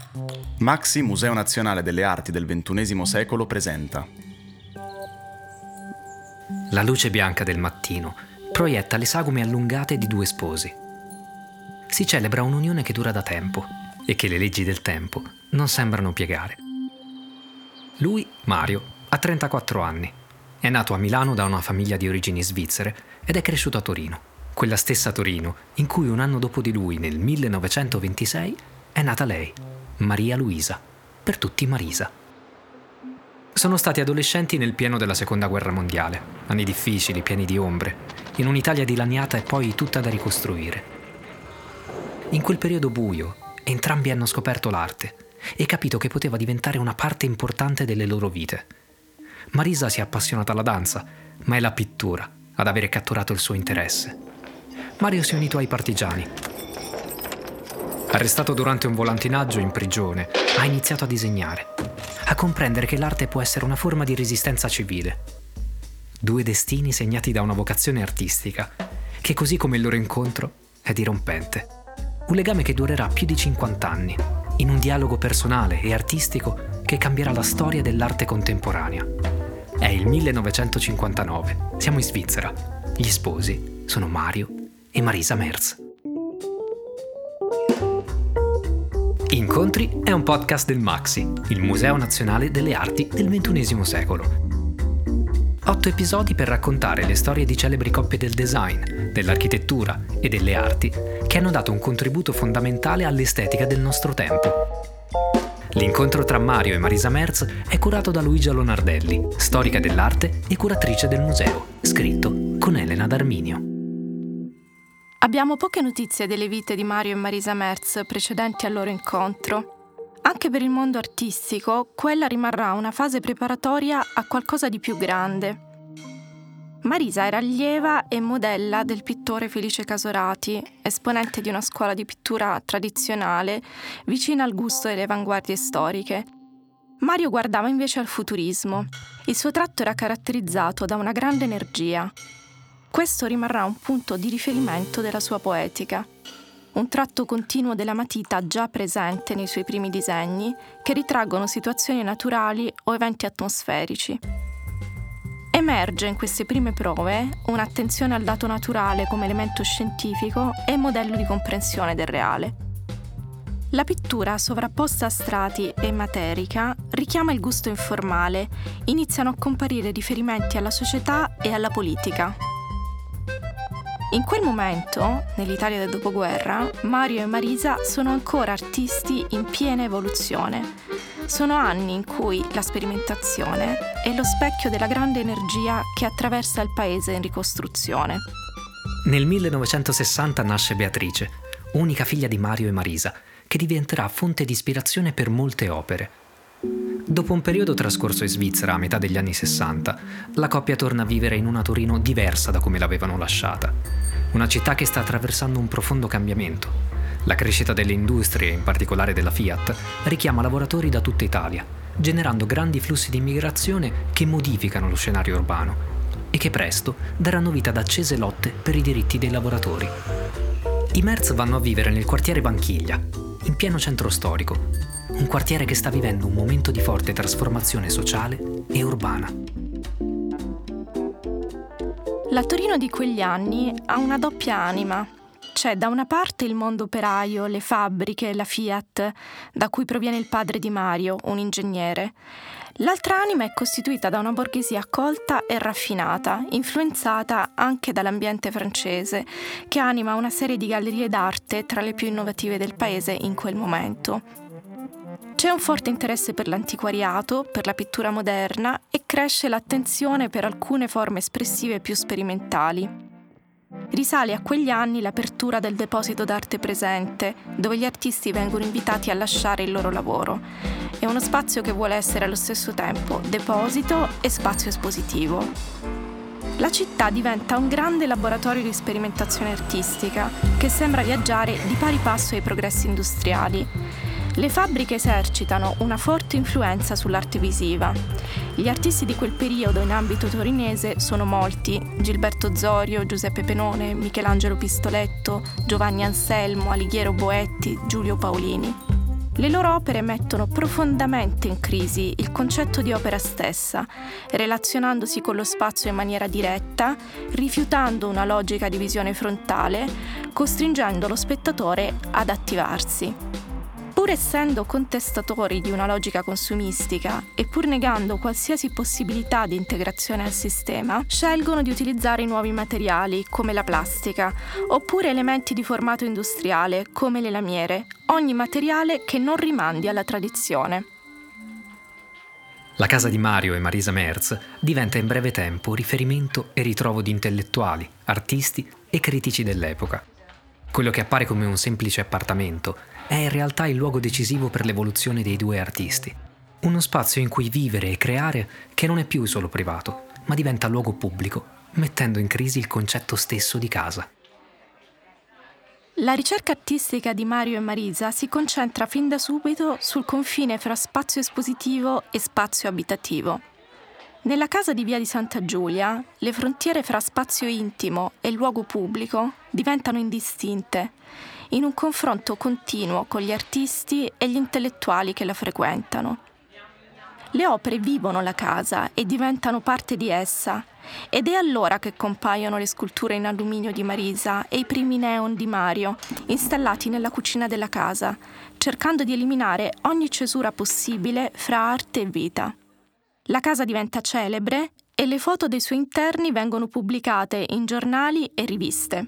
Maxi, Museo Nazionale delle Arti del XXI secolo presenta. La luce bianca del mattino proietta le sagume allungate di due sposi. Si celebra un'unione che dura da tempo e che le leggi del tempo non sembrano piegare. Lui, Mario, ha 34 anni. È nato a Milano da una famiglia di origini svizzere ed è cresciuto a Torino. Quella stessa Torino in cui un anno dopo di lui, nel 1926, è nata lei, Maria Luisa, per tutti Marisa. Sono stati adolescenti nel pieno della Seconda Guerra Mondiale, anni difficili, pieni di ombre, in un'Italia dilaniata e poi tutta da ricostruire. In quel periodo buio, entrambi hanno scoperto l'arte e capito che poteva diventare una parte importante delle loro vite. Marisa si è appassionata alla danza, ma è la pittura ad avere catturato il suo interesse. Mario si è unito ai partigiani. Arrestato durante un volantinaggio in prigione, ha iniziato a disegnare, a comprendere che l'arte può essere una forma di resistenza civile. Due destini segnati da una vocazione artistica, che così come il loro incontro è dirompente. Un legame che durerà più di 50 anni, in un dialogo personale e artistico che cambierà la storia dell'arte contemporanea. È il 1959, siamo in Svizzera. Gli sposi sono Mario e Marisa Merz. Incontri è un podcast del Maxi, il Museo Nazionale delle Arti del XXI secolo. 8 episodi per raccontare le storie di celebri coppie del design, dell'architettura e delle arti che hanno dato un contributo fondamentale all'estetica del nostro tempo. L'incontro tra Mario e Marisa Merz è curato da Luigia Lonardelli, storica dell'arte e curatrice del museo, scritto con Elena D'Arminio. Abbiamo poche notizie delle vite di Mario e Marisa Merz precedenti al loro incontro. Anche per il mondo artistico, quella rimarrà una fase preparatoria a qualcosa di più grande. Marisa era allieva e modella del pittore Felice Casorati, esponente di una scuola di pittura tradizionale vicina al gusto delle avanguardie storiche. Mario guardava invece al futurismo. Il suo tratto era caratterizzato da una grande energia. Questo rimarrà un punto di riferimento della sua poetica. Un tratto continuo della matita già presente nei suoi primi disegni, che ritraggono situazioni naturali o eventi atmosferici. Emerge in queste prime prove un'attenzione al dato naturale come elemento scientifico e modello di comprensione del reale. La pittura sovrapposta a strati e materica richiama il gusto informale, iniziano a comparire riferimenti alla società e alla politica. In quel momento, nell'Italia del dopoguerra, Mario e Marisa sono ancora artisti in piena evoluzione. Sono anni in cui la sperimentazione è lo specchio della grande energia che attraversa il paese in ricostruzione. Nel 1960 nasce Beatrice, unica figlia di Mario e Marisa, che diventerà fonte di ispirazione per molte opere. Dopo un periodo trascorso in Svizzera a metà degli anni 60, la coppia torna a vivere in una Torino diversa da come l'avevano lasciata. Una città che sta attraversando un profondo cambiamento. La crescita delle industrie, in particolare della Fiat, richiama lavoratori da tutta Italia, generando grandi flussi di immigrazione che modificano lo scenario urbano e che presto daranno vita ad accese lotte per i diritti dei lavoratori. I Merz vanno a vivere nel quartiere Vanchiglia, in pieno centro storico, un quartiere che sta vivendo un momento di forte trasformazione sociale e urbana. La Torino di quegli anni ha una doppia anima. C'è da una parte il mondo operaio, le fabbriche, la Fiat, da cui proviene il padre di Mario, un ingegnere. L'altra anima è costituita da una borghesia colta e raffinata, influenzata anche dall'ambiente francese, che anima una serie di gallerie d'arte tra le più innovative del paese in quel momento. C'è un forte interesse per l'antiquariato, per la pittura moderna e cresce l'attenzione per alcune forme espressive più sperimentali. Risale a quegli anni l'apertura del deposito d'arte presente, dove gli artisti vengono invitati a lasciare il loro lavoro. È uno spazio che vuole essere allo stesso tempo deposito e spazio espositivo. La città diventa un grande laboratorio di sperimentazione artistica che sembra viaggiare di pari passo ai progressi industriali. Le fabbriche esercitano una forte influenza sull'arte visiva. Gli artisti di quel periodo in ambito torinese sono molti: Gilberto Zorio, Giuseppe Penone, Michelangelo Pistoletto, Giovanni Anselmo, Alighiero Boetti, Giulio Paolini. Le loro opere mettono profondamente in crisi il concetto di opera stessa, relazionandosi con lo spazio in maniera diretta, rifiutando una logica di visione frontale, costringendo lo spettatore ad attivarsi. Pur essendo contestatori di una logica consumistica e pur negando qualsiasi possibilità di integrazione al sistema, scelgono di utilizzare nuovi materiali come la plastica, oppure elementi di formato industriale come le lamiere, ogni materiale che non rimandi alla tradizione. La casa di Mario e Marisa Merz diventa in breve tempo riferimento e ritrovo di intellettuali, artisti e critici dell'epoca. Quello che appare come un semplice appartamento è in realtà il luogo decisivo per l'evoluzione dei due artisti. Uno spazio in cui vivere e creare che non è più solo privato, ma diventa luogo pubblico, mettendo in crisi il concetto stesso di casa. La ricerca artistica di Mario e Marisa si concentra fin da subito sul confine fra spazio espositivo e spazio abitativo. Nella casa di Via di Santa Giulia, le frontiere fra spazio intimo e luogo pubblico diventano indistinte, in un confronto continuo con gli artisti e gli intellettuali che la frequentano. Le opere vivono la casa e diventano parte di essa, ed è allora che compaiono le sculture in alluminio di Marisa e i primi neon di Mario, installati nella cucina della casa, cercando di eliminare ogni cesura possibile fra arte e vita. La casa diventa celebre e le foto dei suoi interni vengono pubblicate in giornali e riviste.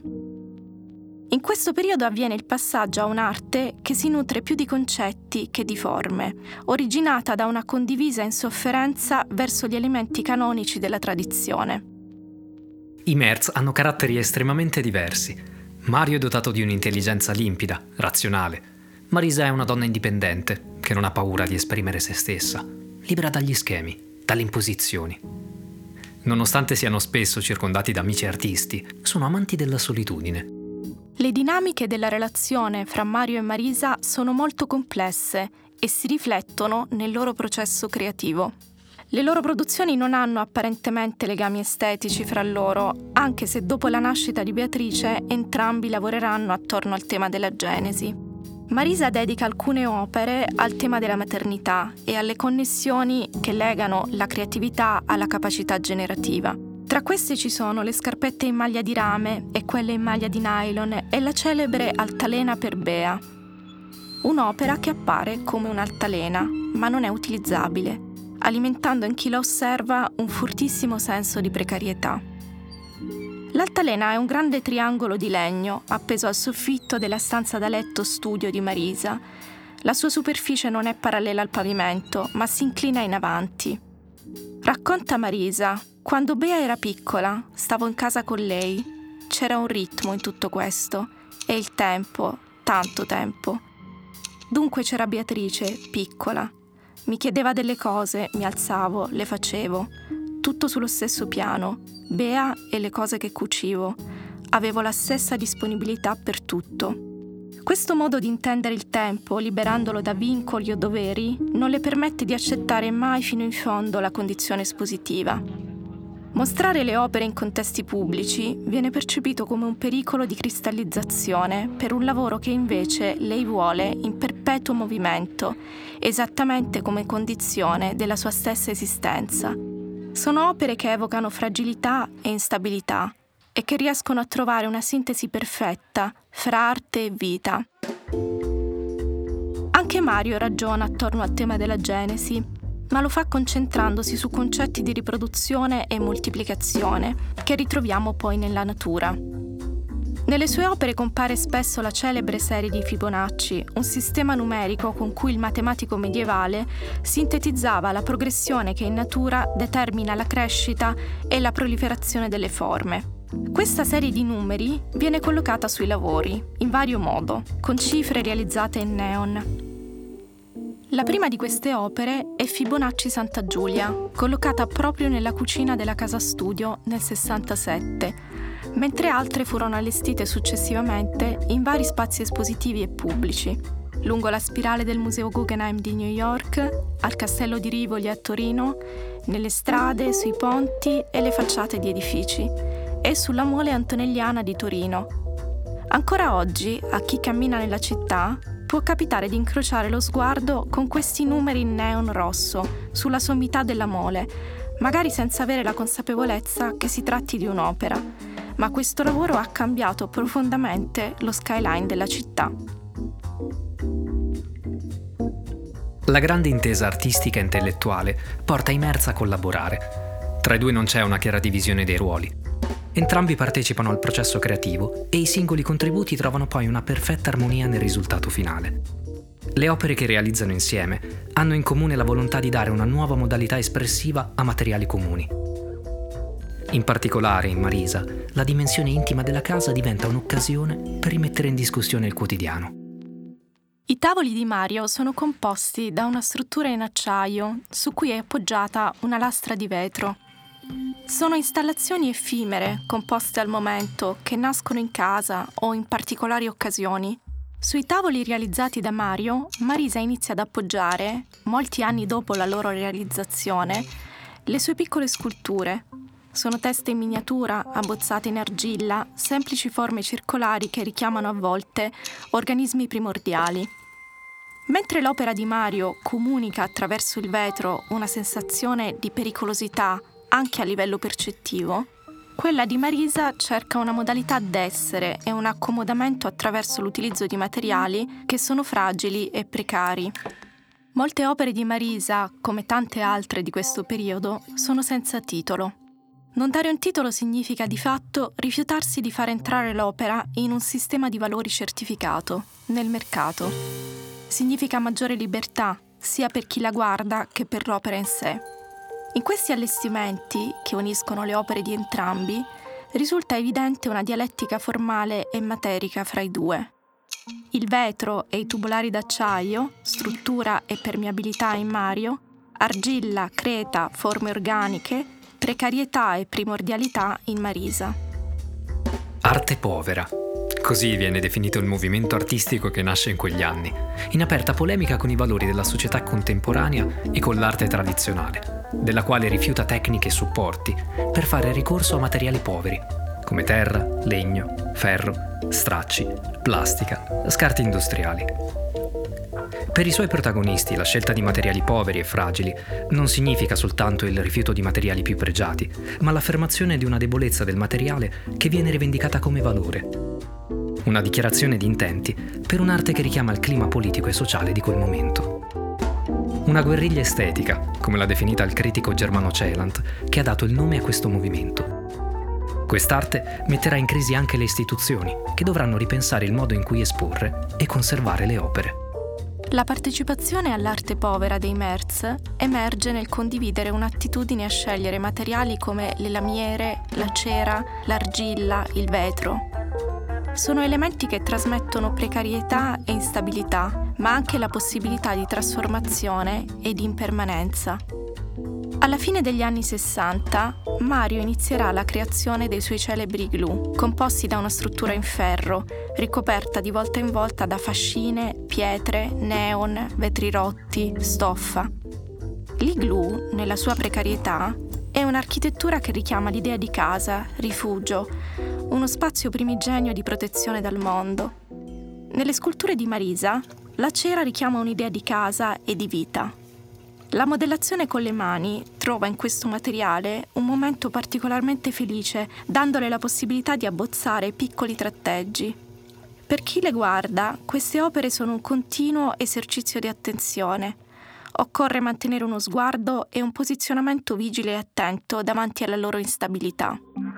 In questo periodo avviene il passaggio a un'arte che si nutre più di concetti che di forme, originata da una condivisa insofferenza verso gli elementi canonici della tradizione. I Merz hanno caratteri estremamente diversi. Mario è dotato di un'intelligenza limpida, razionale. Marisa è una donna indipendente, che non ha paura di esprimere se stessa, libera dagli schemi, dalle imposizioni. Nonostante siano spesso circondati da amici artisti, sono amanti della solitudine. Le dinamiche della relazione fra Mario e Marisa sono molto complesse e si riflettono nel loro processo creativo. Le loro produzioni non hanno apparentemente legami estetici fra loro, anche se dopo la nascita di Beatrice entrambi lavoreranno attorno al tema della Genesi. Marisa dedica alcune opere al tema della maternità e alle connessioni che legano la creatività alla capacità generativa. Tra queste ci sono le scarpette in maglia di rame e quelle in maglia di nylon e la celebre altalena per Bea. Un'opera che appare come un'altalena, ma non è utilizzabile, alimentando in chi la osserva un fortissimo senso di precarietà. L'altalena è un grande triangolo di legno appeso al soffitto della stanza da letto studio di Marisa. La sua superficie non è parallela al pavimento, ma si inclina in avanti. Racconta Marisa: quando Bea era piccola, stavo in casa con lei. C'era un ritmo in tutto questo e il tempo, tanto tempo. Dunque c'era Beatrice, piccola. Mi chiedeva delle cose, mi alzavo, le facevo. Tutto sullo stesso piano, Bea e le cose che cucivo. Avevo la stessa disponibilità per tutto. Questo modo di intendere il tempo, liberandolo da vincoli o doveri, non le permette di accettare mai fino in fondo la condizione espositiva. Mostrare le opere in contesti pubblici viene percepito come un pericolo di cristallizzazione per un lavoro che invece lei vuole in perpetuo movimento, esattamente come condizione della sua stessa esistenza. Sono opere che evocano fragilità e instabilità e che riescono a trovare una sintesi perfetta fra arte e vita. Anche Mario ragiona attorno al tema della Genesi, ma lo fa concentrandosi su concetti di riproduzione e moltiplicazione che ritroviamo poi nella natura. Nelle sue opere compare spesso la celebre serie di Fibonacci, un sistema numerico con cui il matematico medievale sintetizzava la progressione che in natura determina la crescita e la proliferazione delle forme. Questa serie di numeri viene collocata sui lavori, in vario modo, con cifre realizzate in neon. La prima di queste opere è Fibonacci Santa Giulia, collocata proprio nella cucina della casa studio nel 67, mentre altre furono allestite successivamente in vari spazi espositivi e pubblici, lungo la spirale del Museo Guggenheim di New York, al Castello di Rivoli a Torino, nelle strade, sui ponti e le facciate di edifici, e sulla mole antonelliana di Torino. Ancora oggi, a chi cammina nella città, può capitare di incrociare lo sguardo con questi numeri in neon rosso sulla sommità della mole, magari senza avere la consapevolezza che si tratti di un'opera, ma questo lavoro ha cambiato profondamente lo skyline della città. La grande intesa artistica e intellettuale porta i Merz a collaborare. Tra i due non c'è una chiara divisione dei ruoli. Entrambi partecipano al processo creativo e i singoli contributi trovano poi una perfetta armonia nel risultato finale. Le opere che realizzano insieme hanno in comune la volontà di dare una nuova modalità espressiva a materiali comuni. In particolare, in Marisa, la dimensione intima della casa diventa un'occasione per rimettere in discussione il quotidiano. I tavoli di Mario sono composti da una struttura in acciaio su cui è appoggiata una lastra di vetro. Sono installazioni effimere, composte al momento, che nascono in casa o in particolari occasioni. Sui tavoli realizzati da Mario, Marisa inizia ad appoggiare, molti anni dopo la loro realizzazione, le sue piccole sculture. Sono teste in miniatura, abbozzate in argilla, semplici forme circolari che richiamano a volte organismi primordiali. Mentre l'opera di Mario comunica attraverso il vetro una sensazione di pericolosità anche a livello percettivo, quella di Marisa cerca una modalità d'essere e un accomodamento attraverso l'utilizzo di materiali che sono fragili e precari. Molte opere di Marisa, come tante altre di questo periodo, sono senza titolo. Non dare un titolo significa di fatto rifiutarsi di far entrare l'opera in un sistema di valori certificato, nel mercato. Significa maggiore libertà, sia per chi la guarda che per l'opera in sé. In questi allestimenti, che uniscono le opere di entrambi, risulta evidente una dialettica formale e materica fra i due. Il vetro e i tubolari d'acciaio, struttura e permeabilità in Mario, argilla, creta, forme organiche, precarietà e primordialità in Marisa. Arte povera. Così viene definito il movimento artistico che nasce in quegli anni, in aperta polemica con i valori della società contemporanea e con l'arte tradizionale, della quale rifiuta tecniche e supporti per fare ricorso a materiali poveri, come terra, legno, ferro, stracci, plastica, scarti industriali. Per i suoi protagonisti la scelta di materiali poveri e fragili non significa soltanto il rifiuto di materiali più pregiati, ma l'affermazione di una debolezza del materiale che viene rivendicata come valore. Una dichiarazione di intenti per un'arte che richiama il clima politico e sociale di quel momento. Una guerriglia estetica, come l'ha definita il critico Germano Celant, che ha dato il nome a questo movimento. Quest'arte metterà in crisi anche le istituzioni, che dovranno ripensare il modo in cui esporre e conservare le opere. La partecipazione all'arte povera dei Merz emerge nel condividere un'attitudine a scegliere materiali come le lamiere, la cera, l'argilla, il vetro. Sono elementi che trasmettono precarietà e instabilità, ma anche la possibilità di trasformazione e di impermanenza. Alla fine degli anni 60, Mario inizierà la creazione dei suoi celebri igloo, composti da una struttura in ferro, ricoperta di volta in volta da fascine, pietre, neon, vetri rotti, stoffa. L'igloo, nella sua precarietà, è un'architettura che richiama l'idea di casa, rifugio, uno spazio primigenio di protezione dal mondo. Nelle sculture di Marisa, la cera richiama un'idea di casa e di vita. La modellazione con le mani trova in questo materiale un momento particolarmente felice, dandole la possibilità di abbozzare piccoli tratteggi. Per chi le guarda, queste opere sono un continuo esercizio di attenzione. Occorre mantenere uno sguardo e un posizionamento vigile e attento davanti alla loro instabilità.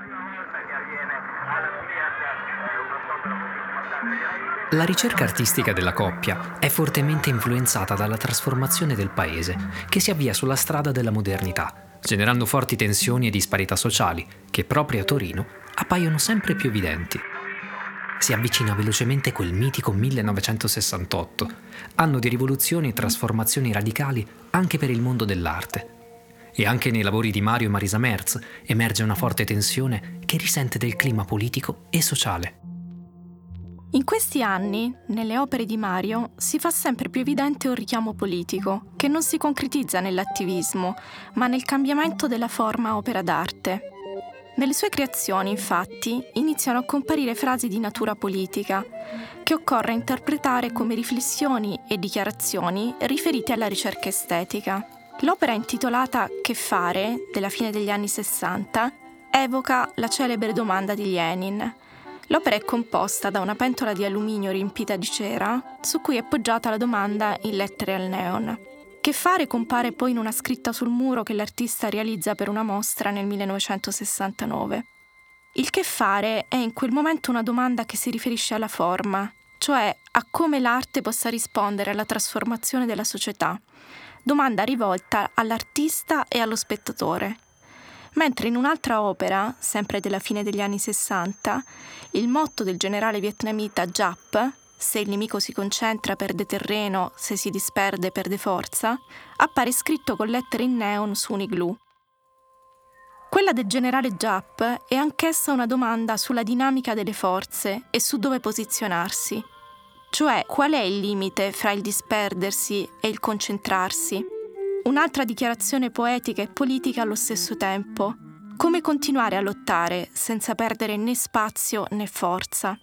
La ricerca artistica della coppia è fortemente influenzata dalla trasformazione del paese, che si avvia sulla strada della modernità, generando forti tensioni e disparità sociali, che proprio a Torino appaiono sempre più evidenti. Si avvicina velocemente quel mitico 1968, anno di rivoluzioni e trasformazioni radicali anche per il mondo dell'arte. E anche nei lavori di Mario e Marisa Merz emerge una forte tensione che risente del clima politico e sociale. In questi anni, nelle opere di Mario, si fa sempre più evidente un richiamo politico, che non si concretizza nell'attivismo, ma nel cambiamento della forma opera d'arte. Nelle sue creazioni, infatti, iniziano a comparire frasi di natura politica, che occorre interpretare come riflessioni e dichiarazioni riferite alla ricerca estetica. L'opera intitolata Che fare, della fine degli anni 60, evoca la celebre domanda di Lenin. L'opera è composta da una pentola di alluminio riempita di cera, su cui è appoggiata la domanda in lettere al neon. Che fare compare poi in una scritta sul muro che l'artista realizza per una mostra nel 1969. Il che fare è in quel momento una domanda che si riferisce alla forma, cioè a come l'arte possa rispondere alla trasformazione della società. Domanda rivolta all'artista e allo spettatore. Mentre in un'altra opera, sempre della fine degli anni 60, il motto del generale vietnamita Giap, se il nemico si concentra perde terreno, se si disperde perde forza, appare scritto con lettere in neon su un igloo. Quella del generale Giap è anch'essa una domanda sulla dinamica delle forze e su dove posizionarsi, cioè qual è il limite fra il disperdersi e il concentrarsi. Un'altra dichiarazione poetica e politica allo stesso tempo. Come continuare a lottare senza perdere né spazio né forza.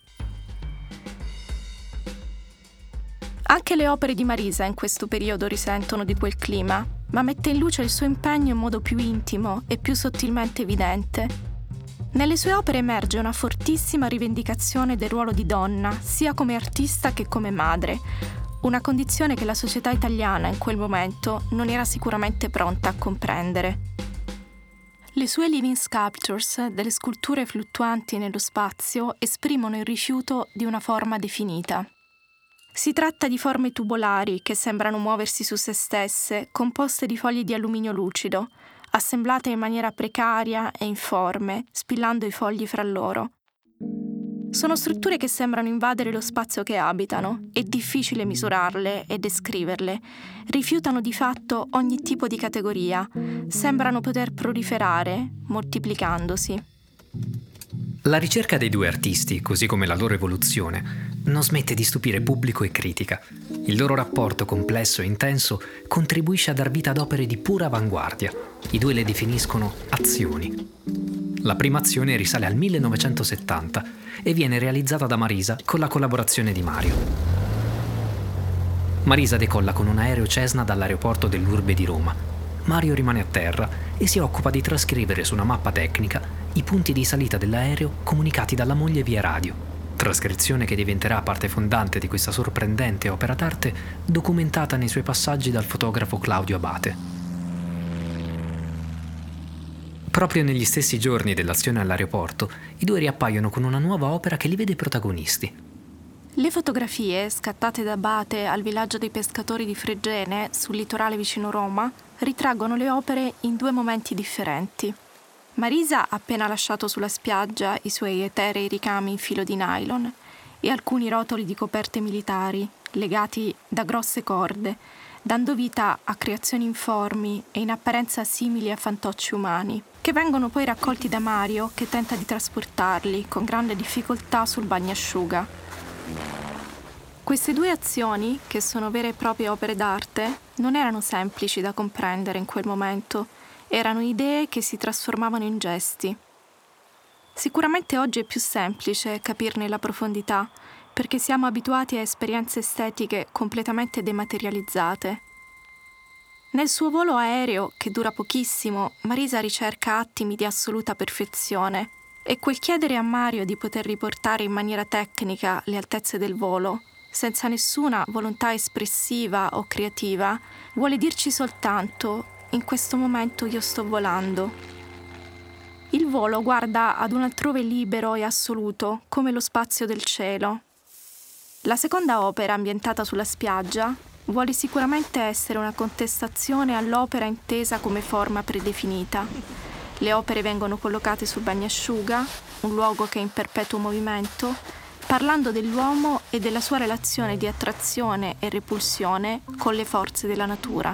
Anche le opere di Marisa in questo periodo risentono di quel clima, ma mette in luce il suo impegno in modo più intimo e più sottilmente evidente. Nelle sue opere emerge una fortissima rivendicazione del ruolo di donna, sia come artista che come madre, una condizione che la società italiana in quel momento non era sicuramente pronta a comprendere. Le sue living sculptures, delle sculture fluttuanti nello spazio, esprimono il rifiuto di una forma definita. Si tratta di forme tubolari che sembrano muoversi su se stesse, composte di fogli di alluminio lucido, assemblate in maniera precaria e informe, spillando i fogli fra loro. Sono strutture che sembrano invadere lo spazio che abitano, è difficile misurarle e descriverle, rifiutano di fatto ogni tipo di categoria, sembrano poter proliferare, moltiplicandosi. La ricerca dei due artisti, così come la loro evoluzione, non smette di stupire pubblico e critica. Il loro rapporto complesso e intenso contribuisce a dar vita ad opere di pura avanguardia. I due le definiscono azioni. La prima azione risale al 1970 e viene realizzata da Marisa con la collaborazione di Mario. Marisa decolla con un aereo Cessna dall'aeroporto dell'Urbe di Roma. Mario rimane a terra e si occupa di trascrivere su una mappa tecnica i punti di salita dell'aereo comunicati dalla moglie via radio. Trascrizione che diventerà parte fondante di questa sorprendente opera d'arte documentata nei suoi passaggi dal fotografo Claudio Abate. Proprio negli stessi giorni dell'azione all'aeroporto, i due riappaiono con una nuova opera che li vede protagonisti. Le fotografie, scattate da Abate al villaggio dei pescatori di Fregene, sul litorale vicino Roma, ritraggono le opere in due momenti differenti. Marisa ha appena lasciato sulla spiaggia i suoi eterei ricami in filo di nylon e alcuni rotoli di coperte militari, legati da grosse corde, dando vita a creazioni informi e in apparenza simili a fantocci umani, che vengono poi raccolti da Mario, che tenta di trasportarli con grande difficoltà sul bagnasciuga. Queste due azioni, che sono vere e proprie opere d'arte, non erano semplici da comprendere in quel momento. Erano idee che si trasformavano in gesti. Sicuramente oggi è più semplice capirne la profondità, perché siamo abituati a esperienze estetiche completamente dematerializzate. Nel suo volo aereo, che dura pochissimo, Marisa ricerca attimi di assoluta perfezione, e quel chiedere a Mario di poter riportare in maniera tecnica le altezze del volo, senza nessuna volontà espressiva o creativa, vuole dirci soltanto: in questo momento io sto volando. Il volo guarda ad un altrove libero e assoluto, come lo spazio del cielo. La seconda opera, ambientata sulla spiaggia, vuole sicuramente essere una contestazione all'opera intesa come forma predefinita. Le opere vengono collocate sul bagnasciuga, un luogo che è in perpetuo movimento, parlando dell'uomo e della sua relazione di attrazione e repulsione con le forze della natura.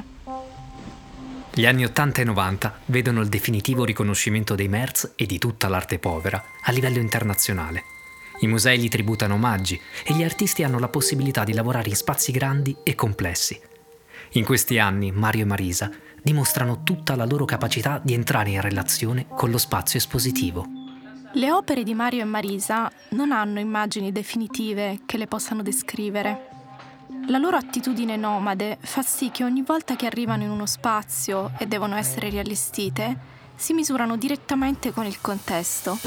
Gli anni 80 e 90 vedono il definitivo riconoscimento dei Merz e di tutta l'arte povera a livello internazionale. I musei gli tributano omaggi e gli artisti hanno la possibilità di lavorare in spazi grandi e complessi. In questi anni Mario e Marisa dimostrano tutta la loro capacità di entrare in relazione con lo spazio espositivo. Le opere di Mario e Marisa non hanno immagini definitive che le possano descrivere. La loro attitudine nomade fa sì che ogni volta che arrivano in uno spazio e devono essere riallestite, si misurano direttamente con il contesto.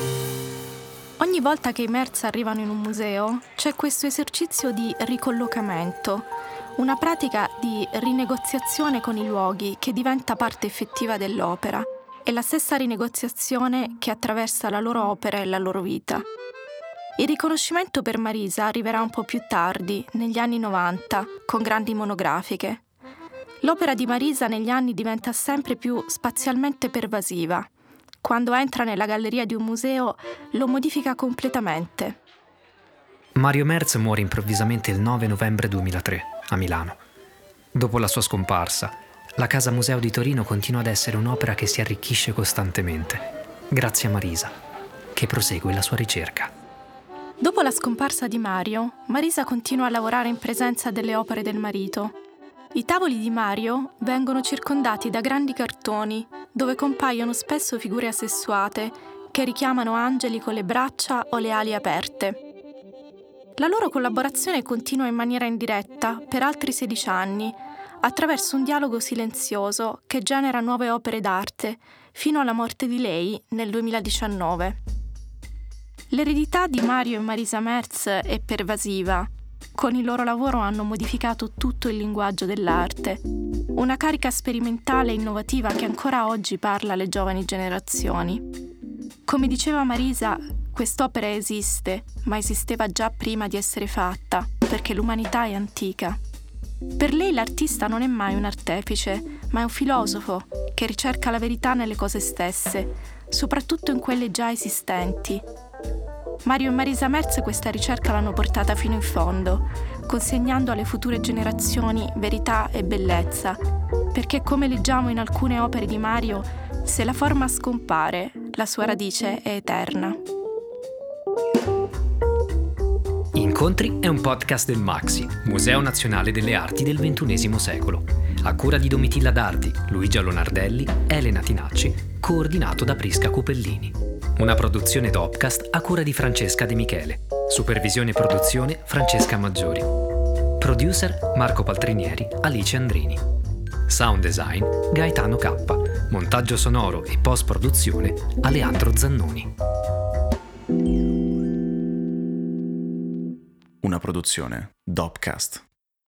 Ogni volta che i Merz arrivano in un museo, c'è questo esercizio di ricollocamento, una pratica di rinegoziazione con i luoghi che diventa parte effettiva dell'opera, e la stessa rinegoziazione che attraversa la loro opera e la loro vita. Il riconoscimento per Marisa arriverà un po' più tardi, negli anni 90, con grandi monografiche. L'opera di Marisa negli anni diventa sempre più spazialmente pervasiva. Quando entra nella galleria di un museo, lo modifica completamente. Mario Merz muore improvvisamente il 9 novembre 2003, a Milano. Dopo la sua scomparsa, la Casa Museo di Torino continua ad essere un'opera che si arricchisce costantemente, grazie a Marisa, che prosegue la sua ricerca. Dopo la scomparsa di Mario, Marisa continua a lavorare in presenza delle opere del marito. I tavoli di Mario vengono circondati da grandi cartoni, dove compaiono spesso figure asessuate che richiamano angeli con le braccia o le ali aperte. La loro collaborazione continua in maniera indiretta per altri 16 anni, attraverso un dialogo silenzioso che genera nuove opere d'arte, fino alla morte di lei nel 2019. L'eredità di Mario e Marisa Merz è pervasiva. Con il loro lavoro hanno modificato tutto il linguaggio dell'arte, una carica sperimentale e innovativa che ancora oggi parla alle giovani generazioni. Come diceva Marisa, quest'opera esiste, ma esisteva già prima di essere fatta, perché l'umanità è antica. Per lei l'artista non è mai un artefice, ma è un filosofo che ricerca la verità nelle cose stesse, soprattutto in quelle già esistenti. Mario e Marisa Merz questa ricerca l'hanno portata fino in fondo, consegnando alle future generazioni verità e bellezza, perché come leggiamo in alcune opere di Mario, se la forma scompare, la sua radice è eterna. Incontri è un podcast del MAXXI, Museo Nazionale delle Arti del XXI secolo, a cura di Domitilla Dardi, Luigia Lonardelli, Elena Tinacci, coordinato da Prisca Cupellini. Una produzione Dopcast a cura di Francesca De Michele. Supervisione e produzione Francesca Maggiori. Producer Marco Paltrinieri, Alice Andrini. Sound design Gaetano K. Montaggio sonoro e post-produzione Aleandro Zannoni. Una produzione Dopcast.